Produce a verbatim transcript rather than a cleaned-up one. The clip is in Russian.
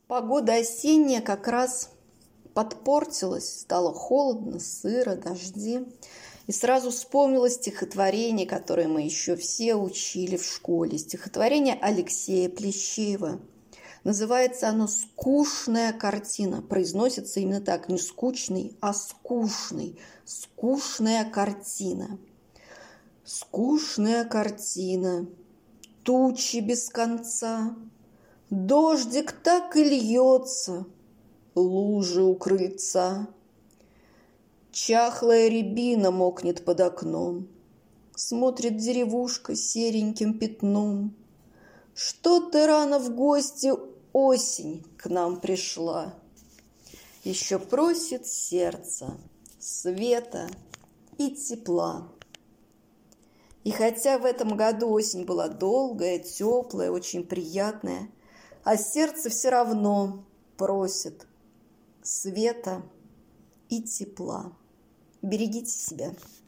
Погода осенняя как раз подпортилась, стало холодно, сыро, дожди. И сразу вспомнилось стихотворение, которое мы еще все учили в школе. Стихотворение Алексея Плещеева. Называется оно «Скучная картина». Произносится именно так, не скучный, а скучный. Скучная картина. Скучная картина, тучи без конца, дождик так и льется, лужи у крыльца. Чахлая рябина мокнет под окном, смотрит деревушка сереньким пятном. Что-то рано в гости осень к нам пришла. Еще просит сердце света и тепла. И хотя в этом году осень была долгая, теплая, очень приятная, а сердце все равно просит света и тепла. Берегите себя.